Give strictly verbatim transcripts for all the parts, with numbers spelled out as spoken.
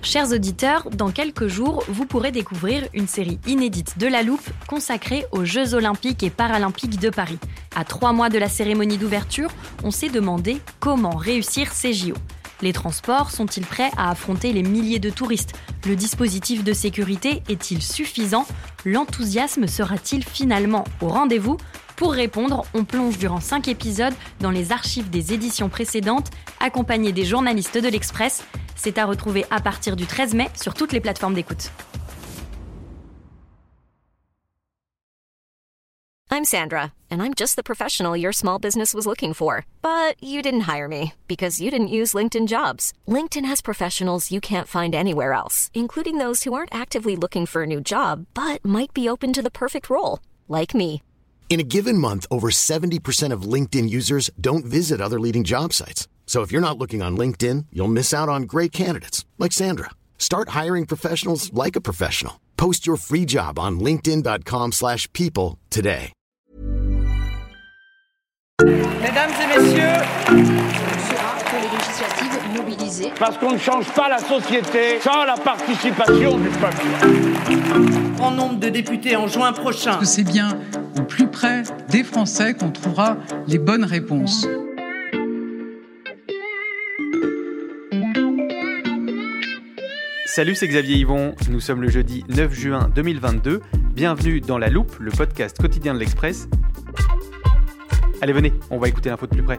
Chers auditeurs, dans quelques jours, vous pourrez découvrir une série inédite de La Loupe consacrée aux Jeux Olympiques et Paralympiques de Paris. À trois mois de la cérémonie d'ouverture, on s'est demandé comment réussir ces J O. Les transports sont-ils prêts à affronter les milliers de touristes ? Le dispositif de sécurité est-il suffisant ? L'enthousiasme sera-t-il finalement au rendez-vous ? Pour répondre, on plonge durant cinq épisodes dans les archives des éditions précédentes, accompagnés des journalistes de l'Express. C'est à retrouver à partir du treize mai sur toutes les plateformes d'écoute. I'm Sandra, and I'm just the professional your small business was looking for. But you didn't hire me because you didn't use LinkedIn Jobs. LinkedIn has professionals you can't find anywhere else, including those who aren't actively looking for a new job, but might be open to the perfect role, like me. In a given month, over seventy percent of LinkedIn users don't visit other leading job sites. So if you're not looking on LinkedIn, you'll miss out on great candidates like Sandra. Start hiring professionals like a professional. Post your free job on linkedin dot com slash people today. Mesdames et messieurs, pour les législatives mobilisées. Parce qu'on ne change pas la société sans la participation du peuple. Grand nombre de députés en juin prochain. Parce que c'est bien au plus près des Français qu'on trouvera les bonnes réponses. Salut, c'est Xavier Yvon. Nous sommes le jeudi neuf juin deux mille vingt-deux. Bienvenue dans La Loupe, le podcast quotidien de l'Express. Allez, venez, on va écouter l'info de plus près.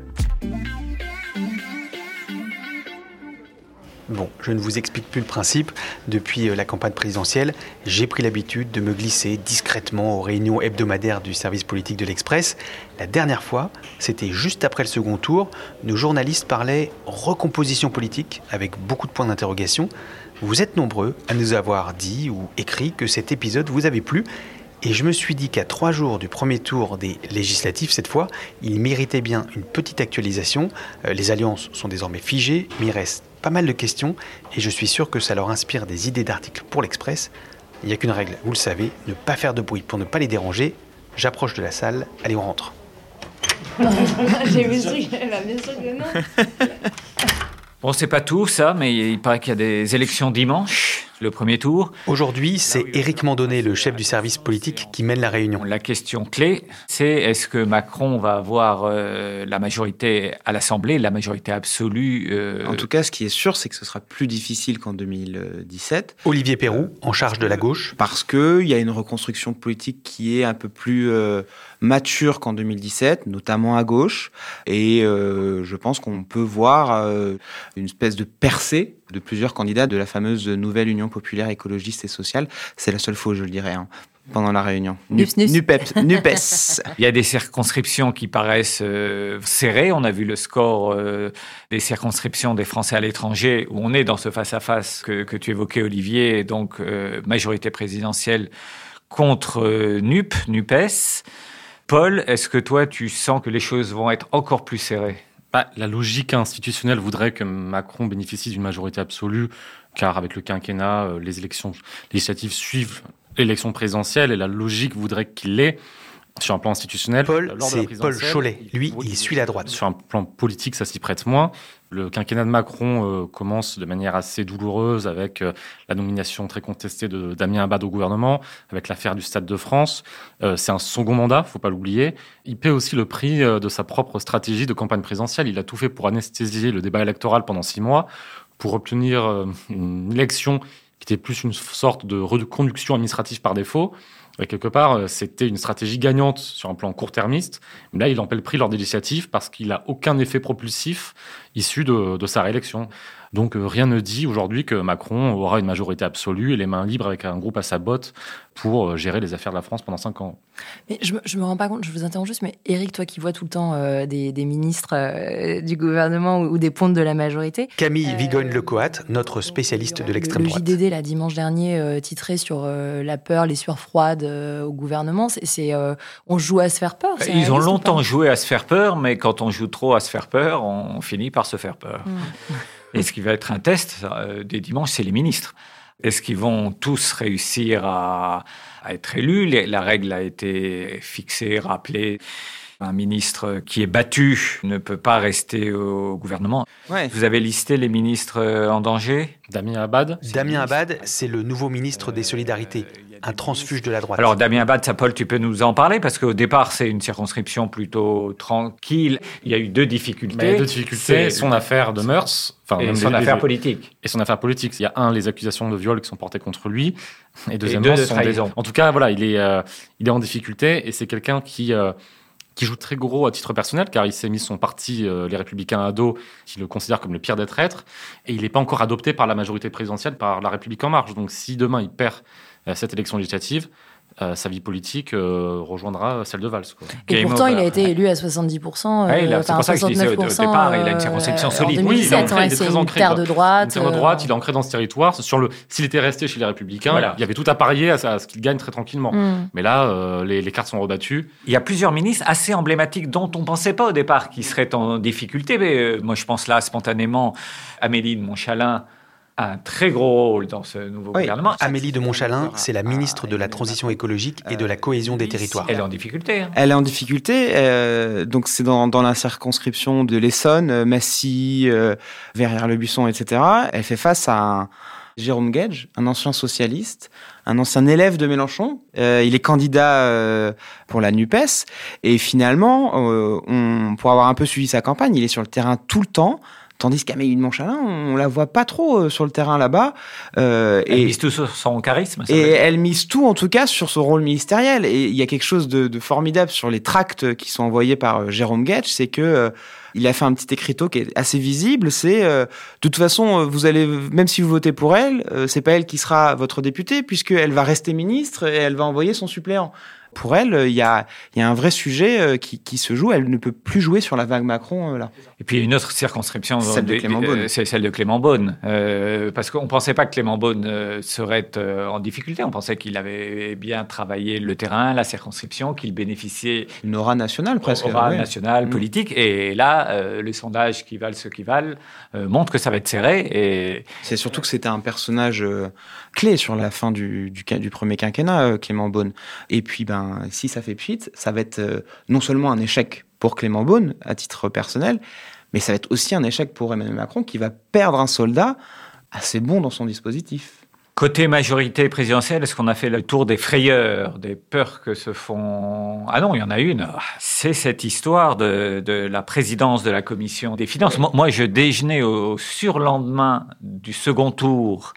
Bon, je ne vous explique plus le principe. Depuis la campagne présidentielle, j'ai pris l'habitude de me glisser discrètement aux réunions hebdomadaires du service politique de l'Express. La dernière fois, c'était juste après le second tour. Nos journalistes parlaient recomposition politique avec beaucoup de points d'interrogation. Vous êtes nombreux à nous avoir dit ou écrit que cet épisode vous avait plu. Et je me suis dit qu'à trois jours du premier tour des législatives, cette fois, il méritait bien une petite actualisation. Euh, les alliances sont désormais figées, mais il reste pas mal de questions et je suis sûr que ça leur inspire des idées d'articles pour l'Express. Il n'y a qu'une règle, vous le savez, ne pas faire de bruit pour ne pas les déranger. J'approche de la salle, allez on rentre. J'ai vu ce truc, elle a bien sûr que non. Bon, c'est pas tout ça, mais il paraît qu'il y a des élections dimanche, le premier tour. Aujourd'hui, c'est Éric Mandonnet, le chef du service politique, qui mène la réunion. La question clé, c'est est-ce que Macron va avoir euh, la majorité à l'Assemblée, la majorité absolue euh... En tout cas, ce qui est sûr, c'est que ce sera plus difficile qu'en deux mille dix-sept. Olivier Perroux, en charge de la gauche. Parce qu'il y a une reconstruction politique qui est un peu plus euh, mature qu'en deux mille dix-sept, notamment à gauche. Et euh, je pense qu'on peut voir euh, une espèce de percée de plusieurs candidats de la fameuse nouvelle Union populaire écologiste et sociale. C'est la seule fois, je le dirais, hein, pendant la réunion. Nups, nups. Nupep, Nupes. Il y a des circonscriptions qui paraissent euh, serrées. On a vu le score euh, des circonscriptions des Français à l'étranger, où on est dans ce face-à-face que, que tu évoquais, Olivier, et donc euh, majorité présidentielle contre euh, N U P, Nupes. Paul, est-ce que toi, tu sens que les choses vont être encore plus serrées ? Bah, la logique institutionnelle voudrait que Macron bénéficie d'une majorité absolue, car avec le quinquennat, les élections législatives suivent l'élection présidentielle, et la logique voudrait qu'il l'ait. Sur un plan institutionnel, Paul, c'est Paul Chollet. Lui, il suit la droite. Sur un plan politique, ça s'y prête moins. Le quinquennat de Macron euh, commence de manière assez douloureuse avec euh, la nomination très contestée de Damien Abad au gouvernement, avec l'affaire du Stade de France. Euh, c'est un second mandat, faut pas l'oublier. Il paie aussi le prix euh, de sa propre stratégie de campagne présidentielle. Il a tout fait pour anesthésier le débat électoral pendant six mois, pour obtenir euh, une élection qui était plus une sorte de reconduction administrative par défaut. Et quelque part, c'était une stratégie gagnante sur un plan court-termiste. Mais là, il en paie le prix lors des législatives parce qu'il n'a aucun effet propulsif issu de, de sa réélection. Donc, rien ne dit aujourd'hui que Macron aura une majorité absolue et les mains libres avec un groupe à sa botte pour gérer les affaires de la France pendant cinq ans. Mais je, je me rends pas compte, je vous interromps juste, mais Éric, toi qui vois tout le temps euh, des, des ministres euh, du gouvernement ou, ou des pontes de la majorité... Camille euh, Vigogne-Lecoat, notre spécialiste de l'extrême le, droite. Le J D D, là, dimanche dernier, euh, titré sur euh, la peur, les sueurs froides euh, au gouvernement, c'est, c'est, euh, on joue à se faire peur. C'est Ils ont longtemps joué à se faire peur, mais quand on joue trop à se faire peur, on finit par se faire peur. Mmh. Et ce qui va être un test euh, des dimanches, c'est les ministres. Est-ce qu'ils vont tous réussir à, à être élus ? La règle a été fixée, rappelée. Un ministre qui est battu ne peut pas rester au gouvernement. Ouais. Vous avez listé les ministres en danger ? Damien Abad. Damien Abad, c'est le nouveau ministre des Solidarités, un transfuge de la droite. Alors Damien Abad, ça, Paul, tu peux nous en parler parce qu'au départ, c'est une circonscription plutôt tranquille. Il y a eu deux difficultés. Mais deux difficultés, son affaire de mœurs, enfin et même son les, affaire les, politique. Et son affaire politique. Il y a un, les accusations de viol qui sont portées contre lui, et deuxièmement, et deux de son trahison. Des... En tout cas, voilà, il est, euh, il est en difficulté et c'est quelqu'un qui euh, qui joue très gros à titre personnel, car il s'est mis son parti, euh, les Républicains à dos, qui le considère comme le pire des traîtres, et il n'est pas encore adopté par la majorité présidentielle, par la République En Marche. Donc si demain il perd euh, cette élection législative, euh, sa vie politique euh, rejoindra celle de Valls, quoi. Et Game pourtant, over. il a été élu à soixante-dix pour cent. Euh, Ouais, là, c'est pour ça que je disais au- au départ, il a une circonscription solide. En Oui, il est 2017, ancré, ouais, il est c'est très une ancré, terre quoi. de droite. Une terre de droite, il est ancré dans ce territoire. Sur le, s'il était resté chez les Républicains, Voilà. il y avait tout à parier à, ça- à ce qu'il gagne très tranquillement. Mm. Mais là, euh, les, les cartes sont rebattues. Il y a plusieurs ministres assez emblématiques dont on ne pensait pas au départ qu'ils seraient en difficulté. Mais euh, moi, je pense là, spontanément, Amélie de Montchalin a un très gros rôle dans ce nouveau Oui, gouvernement. Amélie de Montchalin, c'est la ministre de la Transition écologique et de la cohésion des territoires. Elle est en difficulté. Hein. Elle est en difficulté, euh, donc c'est dans, dans la circonscription de l'Essonne, euh, Massy, euh, Verrières-le-Buisson, et cetera. Elle fait face à un Jérôme Guedj, un ancien socialiste, un ancien élève de Mélenchon. Euh, il est candidat euh, pour la NUPES, et finalement, euh, on, pour avoir un peu suivi sa campagne, il est sur le terrain tout le temps. Tandis qu'Amélie de Montchalin, on la voit pas trop euh, sur le terrain là-bas. Euh, Elle et, mise tout sur son charisme. ça et veut dire. elle mise tout, en tout cas, sur son rôle ministériel. Et il y a quelque chose de, de formidable sur les tracts qui sont envoyés par euh, Jérôme Guedj, c'est que euh, il a fait un petit écriteau qui est assez visible. C'est euh, de toute façon, euh, vous allez, même si vous votez pour elle, euh, c'est pas elle qui sera votre députée, puisqu'elle va rester ministre et elle va envoyer son suppléant. Pour elle, il y a, il y a un vrai sujet qui, qui se joue. Elle ne peut plus jouer sur la vague Macron, là. Et puis, une autre circonscription, Celle de euh, Clément Beaune. euh, c'est celle de Clément Beaune. Euh, parce qu'on ne pensait pas que Clément Beaune euh, serait euh, en difficulté. On pensait qu'il avait bien travaillé le terrain, la circonscription, qu'il bénéficiait Une aura nationale, presque. aura ouais. nationale, Mm. politique. Et là, euh, les sondages qui valent ce qui valent euh, montrent que ça va être serré. Et C'est surtout que c'était un personnage euh, clé sur la fin du, du, du premier quinquennat, euh, Clément Beaune. Et puis, ben, si ça fait pchit, ça va être euh, non seulement un échec pour Clément Beaune, à titre personnel, mais ça va être aussi un échec pour Emmanuel Macron, qui va perdre un soldat assez bon dans son dispositif. côté majorité présidentielle, est-ce qu'on a fait le tour des frayeurs, des peurs que se font... Ah non, il y en a une. C'est cette histoire de, de la présidence de la Commission des Finances. Moi, moi je déjeunais au surlendemain du second tour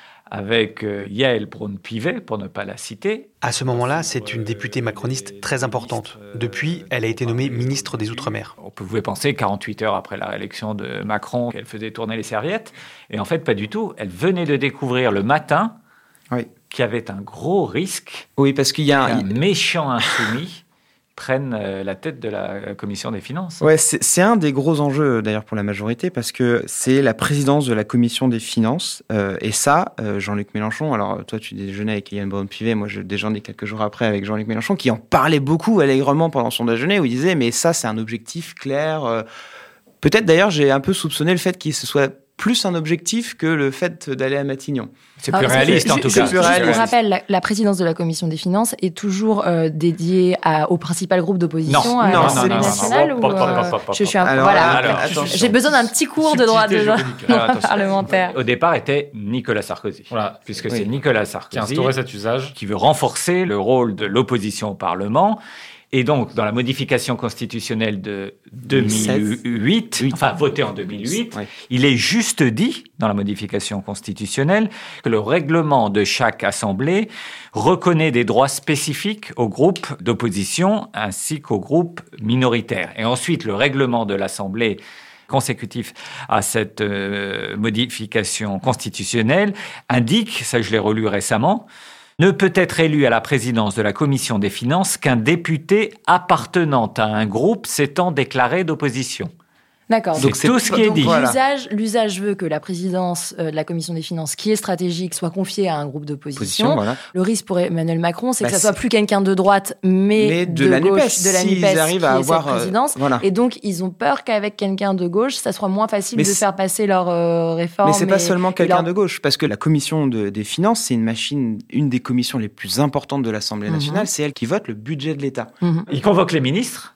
avec euh, Yaël Braun-Pivet, pour ne pas la citer. À ce moment-là, c'est une députée macroniste très importante. Depuis, elle a été nommée ministre des Outre-mer. On pouvait penser, quarante-huit heures après la réélection de Macron, qu'elle faisait tourner les serviettes. Et en fait, pas du tout. Elle venait de découvrir le matin oui. qu'il y avait un gros risque oui, parce qu'il y a un méchant insoumis prenne la tête de la Commission des Finances. Ouais, c'est, c'est un des gros enjeux d'ailleurs pour la majorité parce que c'est la présidence de la Commission des Finances euh, et ça, euh, Jean-Luc Mélenchon, alors toi tu déjeunais avec Yaël Braun-Pivet, moi je déjeunais quelques jours après avec Jean-Luc Mélenchon qui en parlait beaucoup allègrement pendant son déjeuner où il disait mais ça c'est un objectif clair. Euh, peut-être d'ailleurs j'ai un peu soupçonné le fait qu'il se soit plus un objectif que le fait d'aller à Matignon. C'est plus ah, réaliste, en tout je, cas. Je, je, je vous rappelle, la, la présidence de la Commission des Finances est toujours euh, dédiée à, au principal groupe d'opposition non, à non, l'Assemblée nationale. Non, non, non, euh, non, non, je suis un, alors, voilà. alors, J'ai besoin d'un petit cours de droit, de droit, droit parlementaire. Au départ, était Nicolas Sarkozy. Voilà, puisque oui. c'est Nicolas Sarkozy qui a instauré cet usage, qui veut renforcer le rôle de l'opposition au Parlement. Et donc, dans la modification constitutionnelle de deux mille huit, oui. enfin votée en deux mille huit, oui. il est juste dit, dans la modification constitutionnelle, que le règlement de chaque assemblée reconnaît des droits spécifiques aux groupes d'opposition ainsi qu'aux groupes minoritaires. Et ensuite, le règlement de l'Assemblée consécutif à cette euh, modification constitutionnelle indique, ça je l'ai relu récemment, ne peut être élu à la présidence de la Commission des Finances qu'un député appartenant à un groupe s'étant déclaré d'opposition. D'accord. Donc c'est tout ce qui est dit. Voilà. L'usage, l'usage veut que la présidence euh, de la Commission des Finances, qui est stratégique, soit confiée à un groupe d'opposition. Position, voilà. Le risque pour Emmanuel Macron, c'est bah, que ça soit plus quelqu'un de droite, mais, mais de, de la gauche, NUPES, de la NUPES, qui arrivent à avoir, cette présidence. Euh, voilà. Et donc, ils ont peur qu'avec quelqu'un de gauche, ça soit moins facile mais de faire passer leurs euh, réformes. Mais c'est pas et, seulement quelqu'un leur... de gauche, parce que la Commission de, des Finances, c'est une machine, une des commissions les plus importantes de l'Assemblée nationale. Mm-hmm. C'est elle qui vote le budget de l'État. Mm-hmm. Il convoque les ministres.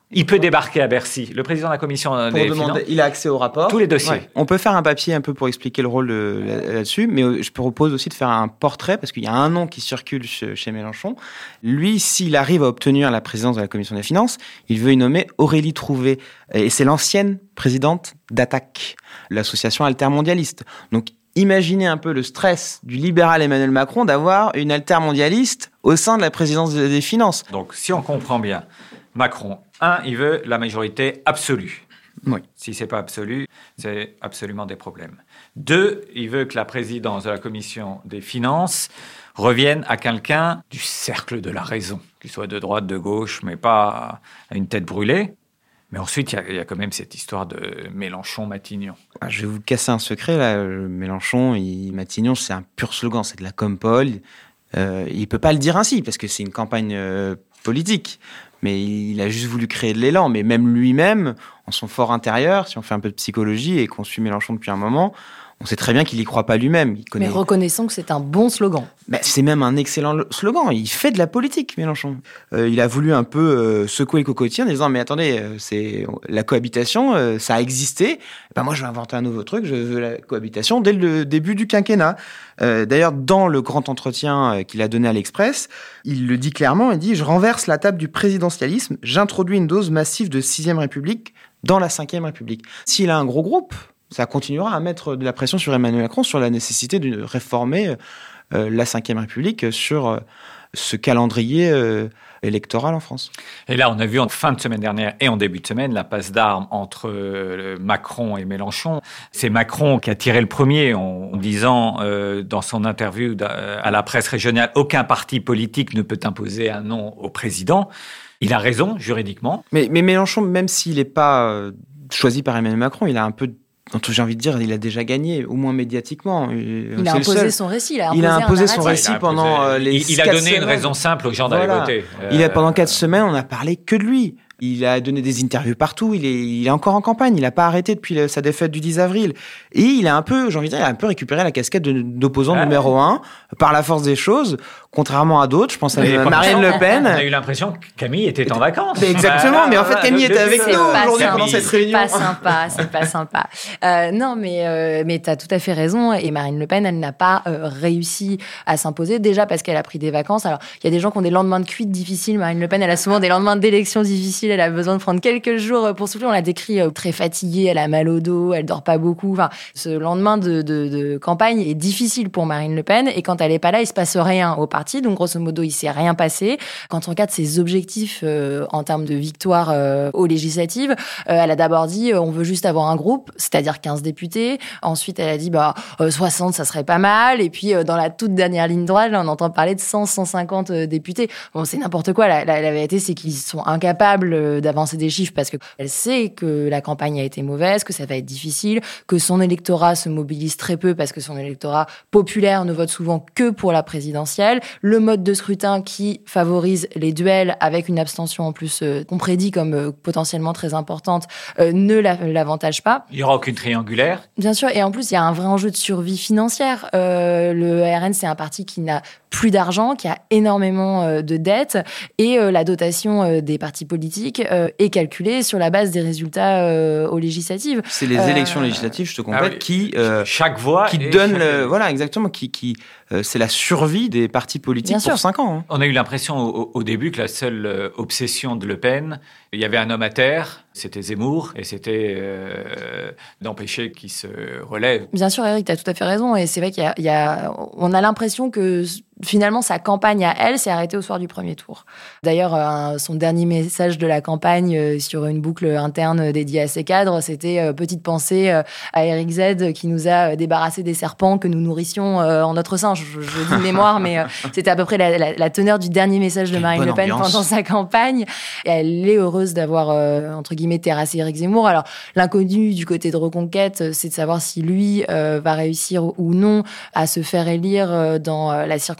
Il peut débarquer à Bercy. Le président de la commission pour des demander, finances, il a accès au rapport. Tous les dossiers. Ouais. On peut faire un papier un peu pour expliquer le rôle de, là, là-dessus, mais je propose aussi de faire un portrait, parce qu'il y a un nom qui circule chez, chez Mélenchon. Lui, s'il arrive à obtenir la présidence de la commission des finances, il veut y nommer Aurélie Trouvé. Et c'est l'ancienne présidente d'Attac, l'association altermondialiste. Donc, imaginez un peu le stress du libéral Emmanuel Macron d'avoir une altermondialiste au sein de la présidence des finances. Donc, si on comprend bien, Macron, un, il veut la majorité absolue. Oui. Si ce n'est pas absolu, c'est absolument des problèmes. Deux, il veut que la présidence de la commission des finances revienne à quelqu'un du cercle de la raison, qu'il soit de droite, de gauche, mais pas à une tête brûlée. Mais ensuite, il y, y a quand même cette histoire de Mélenchon-Matignon. Je vais vous casser un secret, là. Mélenchon, il, Matignon, c'est un pur slogan, c'est de la com-pol. Euh, il ne peut pas le dire ainsi, parce que c'est une campagne euh, politique. Mais il a juste voulu créer de l'élan. Mais même lui-même, en son fort intérieur, si on fait un peu de psychologie et qu'on suit Mélenchon depuis un moment, on sait très bien qu'il n'y croit pas lui-même. Il connaît... Mais reconnaissons que c'est un bon slogan. Ben, c'est même un excellent slogan. Il fait de la politique, Mélenchon. Euh, il a voulu un peu euh, secouer le cocotier en disant « Mais attendez, euh, c'est la cohabitation, euh, ça a existé. Ben, moi, je vais inventer un nouveau truc. Je veux la cohabitation dès le début du quinquennat. Euh, » D'ailleurs, dans le grand entretien euh, qu'il a donné à l'Express, il le dit clairement. Il dit « Je renverse la table du présidentialisme. J'introduis une dose massive de sixième République dans la cinquième République. » S'il a un gros groupe, ça continuera à mettre de la pression sur Emmanuel Macron sur la nécessité de réformer euh, la cinquième République sur euh, ce calendrier euh, électoral en France. Et là, on a vu en fin de semaine dernière et en début de semaine la passe d'armes entre euh, Macron et Mélenchon. C'est Macron qui a tiré le premier en, en disant euh, dans son interview à la presse régionale « Aucun parti politique ne peut imposer un nom au président ». Il a raison, juridiquement. Mais, mais Mélenchon, même s'il n'est pas euh, choisi par Emmanuel Macron, il a un peu de j'ai envie de dire, il a déjà gagné, au moins médiatiquement. Il a imposé son récit. Il a imposé, il a imposé son récit récit pendant euh, les Il, il a donné semaines. Une raison simple aux gens d'aller voilà. voter. Euh... Il a, pendant quatre semaines, on n'a parlé que de lui. Il a donné des interviews partout. Il est, il est encore en campagne. Il n'a pas arrêté depuis le, sa défaite du dix avril. Et il a un peu, j'ai envie de dire, il a un peu récupéré la casquette de, d'opposant ah, numéro ouais. un par la force des choses. Contrairement à d'autres, je pense à Marine Le Pen. On a eu l'impression que Camille était en vacances. Mais exactement. Mais en fait, Camille était avec nous aujourd'hui pendant cette réunion. C'est pas sympa. C'est pas sympa. Euh, non, mais euh, mais t'as tout à fait raison. Et Marine Le Pen, elle n'a pas euh, réussi à s'imposer déjà parce qu'elle a pris des vacances. Alors, il y a des gens qui ont des lendemains de cuite difficiles. Marine Le Pen, elle a souvent des lendemains d'élections difficiles. Elle a besoin de prendre quelques jours pour souffler. On l'a décrit euh, très fatiguée. Elle a mal au dos. Elle dort pas beaucoup. Enfin, ce lendemain de, de, de campagne est difficile pour Marine Le Pen. Et quand elle est pas là, il se passe rien au parti. Donc, grosso modo, il s'est rien passé. Quand on regarde ses objectifs euh, en termes de victoire euh, aux législatives, euh, elle a d'abord dit euh, on veut juste avoir un groupe, c'est-à-dire quinze députés. Ensuite, elle a dit bah euh, soixante, ça serait pas mal. Et puis, euh, dans la toute dernière ligne droite, là, on entend parler de cent, cent cinquante euh, députés. Bon, c'est n'importe quoi. La, la, la vérité, c'est qu'ils sont incapables euh, d'avancer des chiffres parce qu'elle sait que la campagne a été mauvaise, que ça va être difficile, que son électorat se mobilise très peu parce que son électorat populaire ne vote souvent que pour la présidentielle. Le mode de scrutin qui favorise les duels avec une abstention en plus euh, qu'on prédit comme euh, potentiellement très importante euh, ne la, l'avantage pas. Il n'y aura aucune triangulaire. Bien sûr, et en plus il y a un vrai enjeu de survie financière. Euh, le R N, c'est un parti qui n'a plus d'argent, qui a énormément euh, de dettes et euh, la dotation euh, des partis politiques euh, est calculée sur la base des résultats euh, aux législatives. C'est les euh, élections législatives, je te complète, ah oui, qui euh, chaque voix qui donne le, voilà exactement qui qui euh, c'est la survie des partis politiques Bien pour sûr. cinq ans. Hein. On a eu l'impression au, au début que la seule euh, obsession de Le Pen, il y avait un homme à terre, c'était Zemmour, et c'était euh, d'empêcher qu'il se relève. Bien sûr, Eric, tu as tout à fait raison, et c'est vrai qu'il y a, il y a on a l'impression que finalement, sa campagne à elle s'est arrêtée au soir du premier tour. D'ailleurs, euh, son dernier message de la campagne euh, sur une boucle interne dédiée à ses cadres, c'était euh, petite pensée euh, à Éric Z qui nous a euh, débarrassé des serpents que nous nourrissions euh, en notre sein. Je, je, je dis de mémoire, mais euh, c'était à peu près la, la, la teneur du dernier message de Marine Le Pen ambiance. pendant sa campagne. Et elle est heureuse d'avoir, euh, entre guillemets, terrassé Éric Zemmour. Alors, l'inconnu du côté de Reconquête, c'est de savoir si lui euh, va réussir ou non à se faire élire euh, dans euh, la circonscription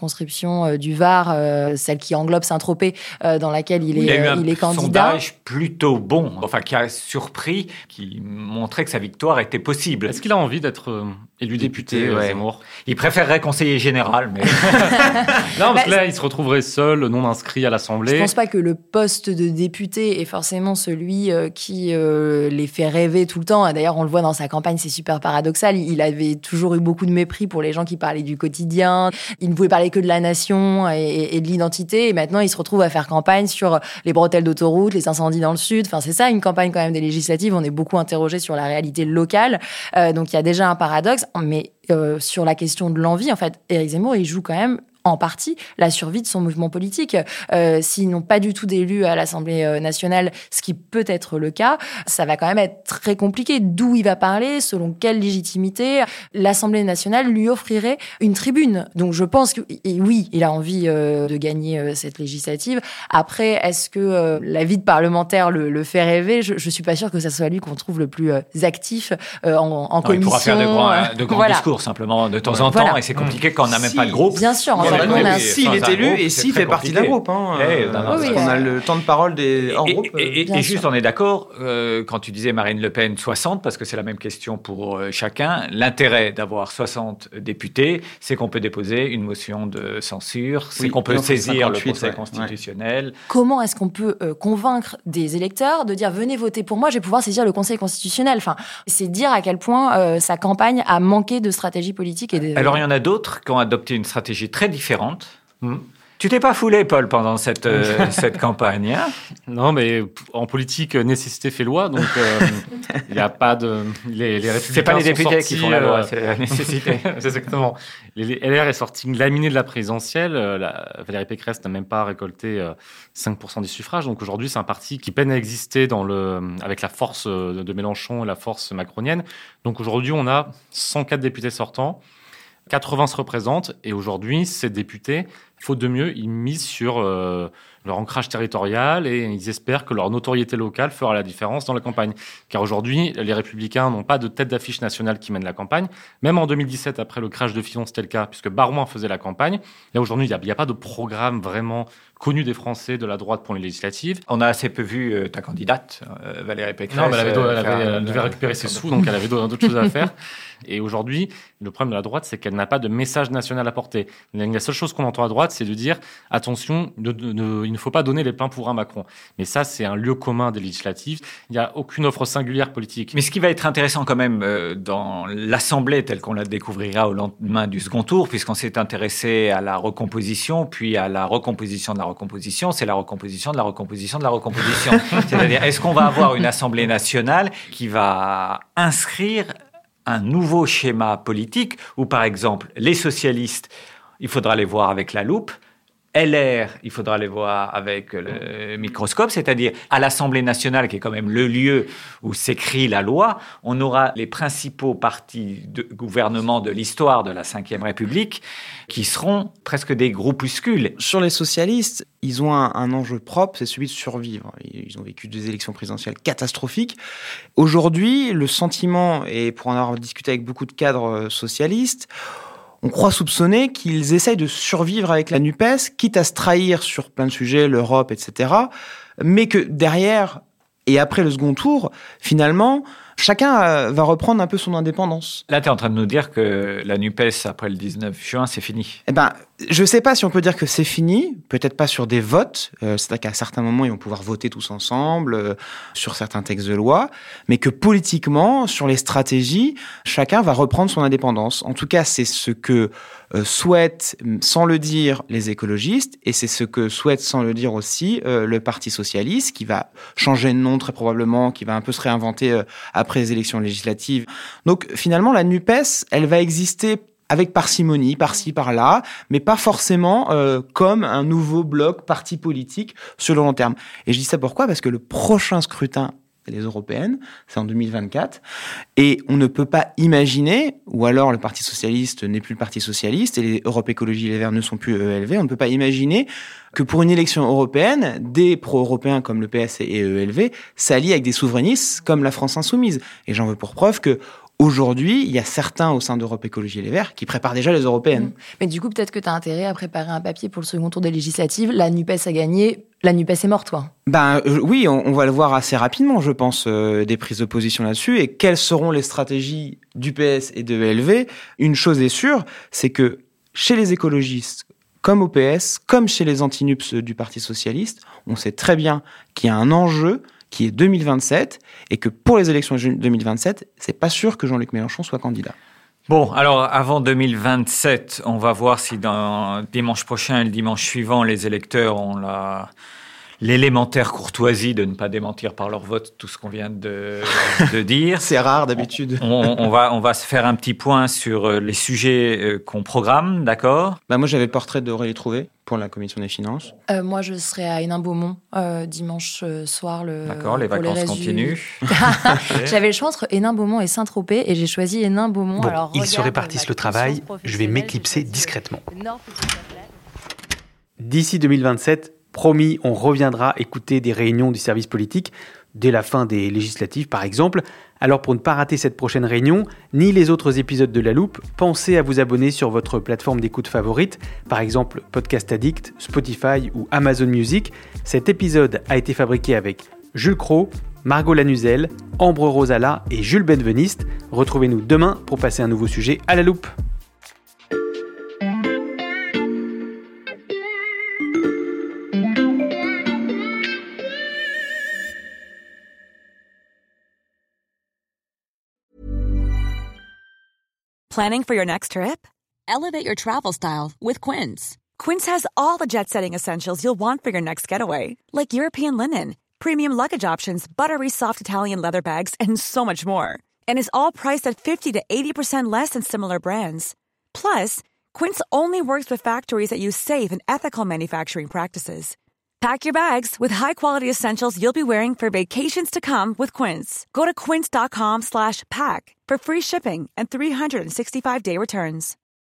circonscription euh, du Var, euh, celle qui englobe Saint-Tropez, euh, dans laquelle il est, il, a eu euh, il est candidat. Un sondage plutôt bon, enfin qui a surpris, qui montrait que sa victoire était possible. Est-ce qu'il a envie d'être euh, élu député, député ouais. Zemmour ? Il préférerait conseiller général, mais... non, parce que là, il se retrouverait seul, non inscrit à l'Assemblée. Je pense pas que le poste de député est forcément celui euh, qui euh, les fait rêver tout le temps. D'ailleurs, on le voit dans sa campagne, c'est super paradoxal. Il avait toujours eu beaucoup de mépris pour les gens qui parlaient du quotidien. Il ne pouvait parler que de la nation et, et de l'identité. Et maintenant, il se retrouve à faire campagne sur les bretelles d'autoroute, les incendies dans le sud. Enfin, c'est ça, une campagne quand même des législatives. On est beaucoup interrogé sur la réalité locale. Euh, donc, il y a déjà un paradoxe. Mais euh, sur la question de l'envie, en fait, Éric Zemmour, il joue quand même en partie la survie de son mouvement politique. Euh, s'ils n'ont pas du tout d'élus à l'Assemblée nationale, ce qui peut être le cas, ça va quand même être très compliqué. D'où il va parler, selon quelle légitimité l'Assemblée nationale lui offrirait une tribune. Donc je pense que et oui, il a envie euh, de gagner euh, cette législative. Après, est-ce que euh, la vie de parlementaire le, le fait rêver ? Je, je suis pas sûre que ça soit lui qu'on trouve le plus euh, actif euh, en, en non, commission. Il pourra faire de grands, de grands voilà. discours simplement de temps en temps, voilà. Et c'est compliqué quand on n'a si, même pas de groupe. Bien sûr. S'il est élu et s'il fait partie d'un groupe, hein, hey, euh, parce oui, qu'on a le temps de parole des hors groupes. Et, et, et juste, on est d'accord, euh, quand tu disais Marine Le Pen soixante, parce que c'est la même question pour euh, chacun, l'intérêt d'avoir soixante députés, c'est qu'on peut déposer une motion de censure, c'est oui, qu'on peut saisir cinquante-huit, le Conseil ouais, constitutionnel. Ouais. Comment est-ce qu'on peut euh, convaincre des électeurs de dire venez voter pour moi, je vais pouvoir saisir le Conseil constitutionnel. Enfin, c'est dire à quel point euh, sa campagne a manqué de stratégie politique. Et de... Alors il y en a d'autres qui ont adopté une stratégie très différente. Mmh. Tu t'es pas foulé, Paul, pendant cette, euh, cette campagne, hein ? Non, mais en politique, nécessité fait loi, donc il euh, n'y a pas de... Les, les c'est pas les députés sortis, qui font la loi, euh, c'est la nécessité. C'est exactement. Les L R est sorti laminé de la présidentielle. La, Valérie Pécresse n'a même pas récolté euh, cinq pour cent des suffrages, donc aujourd'hui, c'est un parti qui peine à exister dans le, avec la force de, de Mélenchon et la force macronienne. Donc aujourd'hui, on a cent quatre députés sortants. quatre-vingts se représentent et aujourd'hui, ces députés, faute de mieux, ils misent sur euh, leur ancrage territorial et ils espèrent que leur notoriété locale fera la différence dans la campagne. Car aujourd'hui, les Républicains n'ont pas de tête d'affiche nationale qui mène la campagne. Même en deux mille dix-sept, après le crash de Fillon, c'était le cas, puisque Barouin faisait la campagne. Là, aujourd'hui, il n'y a, a pas de programme vraiment connu des Français de la droite pour les législatives. On a assez peu vu euh, ta candidate, euh, Valérie Pécresse. Non, mais elle, avait, euh, elle, avait, elle devait récupérer ses sous, donc elle avait d'autres choses à faire. Et aujourd'hui, le problème de la droite, c'est qu'elle n'a pas de message national à porter. La seule chose qu'on entend à droite, c'est de dire « Attention, ne, ne, il ne faut pas donner les pleins pour un Macron ». Mais ça, c'est un lieu commun des législatives. Il n'y a aucune offre singulière politique. Mais ce qui va être intéressant quand même euh, dans l'Assemblée, telle qu'on la découvrira au lendemain du second tour, puisqu'on s'est intéressé à la recomposition, puis à la recomposition de la recomposition, c'est la recomposition de la recomposition de la recomposition. C'est-à-dire, est-ce qu'on va avoir une Assemblée nationale qui va inscrire un nouveau schéma politique où, par exemple, les socialistes, il faudra les voir avec la loupe, L R, il faudra les voir avec le microscope, c'est-à-dire à l'Assemblée nationale, qui est quand même le lieu où s'écrit la loi, on aura les principaux partis de gouvernement de l'histoire de la cinquième République qui seront presque des groupuscules. Sur les socialistes, ils ont un, un enjeu propre, c'est celui de survivre. Ils ont vécu des élections présidentielles catastrophiques. Aujourd'hui, le sentiment, et pour en avoir discuté avec beaucoup de cadres socialistes, on croit soupçonner qu'ils essayent de survivre avec la NUPES, quitte à se trahir sur plein de sujets, l'Europe, et cetera. Mais que derrière et après le second tour, finalement, chacun va reprendre un peu son indépendance. Là, tu es en train de nous dire que la NUPES, après le dix-neuf juin, c'est fini. Eh ben, je ne sais pas si on peut dire que c'est fini, peut-être pas sur des votes, euh, c'est-à-dire qu'à certains moments, ils vont pouvoir voter tous ensemble euh, sur certains textes de loi, mais que politiquement, sur les stratégies, chacun va reprendre son indépendance. En tout cas, c'est ce que euh, souhaitent, sans le dire, les écologistes, et c'est ce que souhaite, sans le dire aussi, euh, le Parti socialiste, qui va changer de nom très probablement, qui va un peu se réinventer euh, après les élections législatives. Donc finalement, la NUPES, elle va exister avec parcimonie, par-ci, par-là, mais pas forcément euh, comme un nouveau bloc parti politique sur le long terme. Et je dis ça pourquoi ? Parce que le prochain scrutin, les européennes, c'est en deux mille vingt-quatre, et on ne peut pas imaginer, ou alors le Parti socialiste n'est plus le Parti socialiste, et les Europe Écologie et les Verts ne sont plus E L V, on ne peut pas imaginer que pour une élection européenne, des pro-européens comme le P S et E L V s'allient avec des souverainistes comme la France insoumise. Et j'en veux pour preuve que Aujourd'hui, il y a certains au sein d'Europe Écologie Les Verts qui préparent déjà les européennes. Mmh. Mais du coup, peut-être que tu as intérêt à préparer un papier pour le second tour des législatives. La NUPES a gagné, la NUPES est morte, toi. Ben euh, oui, on, on va le voir assez rapidement, je pense, euh, des prises de position là-dessus. Et quelles seront les stratégies du P S et de L V ? Une chose est sûre, c'est que chez les écologistes, comme au P S, comme chez les anti-NUPS du Parti Socialiste, on sait très bien qu'il y a un enjeu qui est deux mille vingt-sept, et que pour les élections de deux mille vingt-sept, c'est pas sûr que Jean-Luc Mélenchon soit candidat. Bon, alors avant deux mille vingt-sept, on va voir si dans dimanche prochain et le dimanche suivant, les électeurs ont la... l'élémentaire courtoisie de ne pas démentir par leur vote tout ce qu'on vient de, de dire. C'est rare d'habitude. On, on, va, on va se faire un petit point sur les sujets qu'on programme, d'accord ? Bah moi, j'avais le portrait d'Aurélie Trouvé pour la Commission des Finances. Euh, moi, je serai à Hénin-Beaumont euh, dimanche soir. Le, d'accord, les vacances les continuent. J'avais le choix entre Hénin-Beaumont et Saint-Tropez et j'ai choisi Hénin-Beaumont. Bon, Alors, ils se répartissent le travail, je vais m'éclipser discrètement. D'ici deux mille vingt-sept, promis, on reviendra écouter des réunions du service politique, dès la fin des législatives par exemple. Alors pour ne pas rater cette prochaine réunion, ni les autres épisodes de La Loupe, pensez à vous abonner sur votre plateforme d'écoute favorite, par exemple Podcast Addict, Spotify ou Amazon Music. Cet épisode a été fabriqué avec Jules Cros, Margot Lanuzel, Ambre Rosala et Jules Benveniste. Retrouvez-nous demain pour passer un nouveau sujet à La Loupe. Planning for your next trip? Elevate your travel style with Quince. Quince has all the jet-setting essentials you'll want for your next getaway, like European linen, premium luggage options, buttery soft Italian leather bags, and so much more. And is all priced at fifty to eighty percent less than similar brands. Plus, Quince only works with factories that use safe and ethical manufacturing practices. Pack your bags with high-quality essentials you'll be wearing for vacations to come with Quince. Go to quince.com slash pack for free shipping and three sixty-five day returns.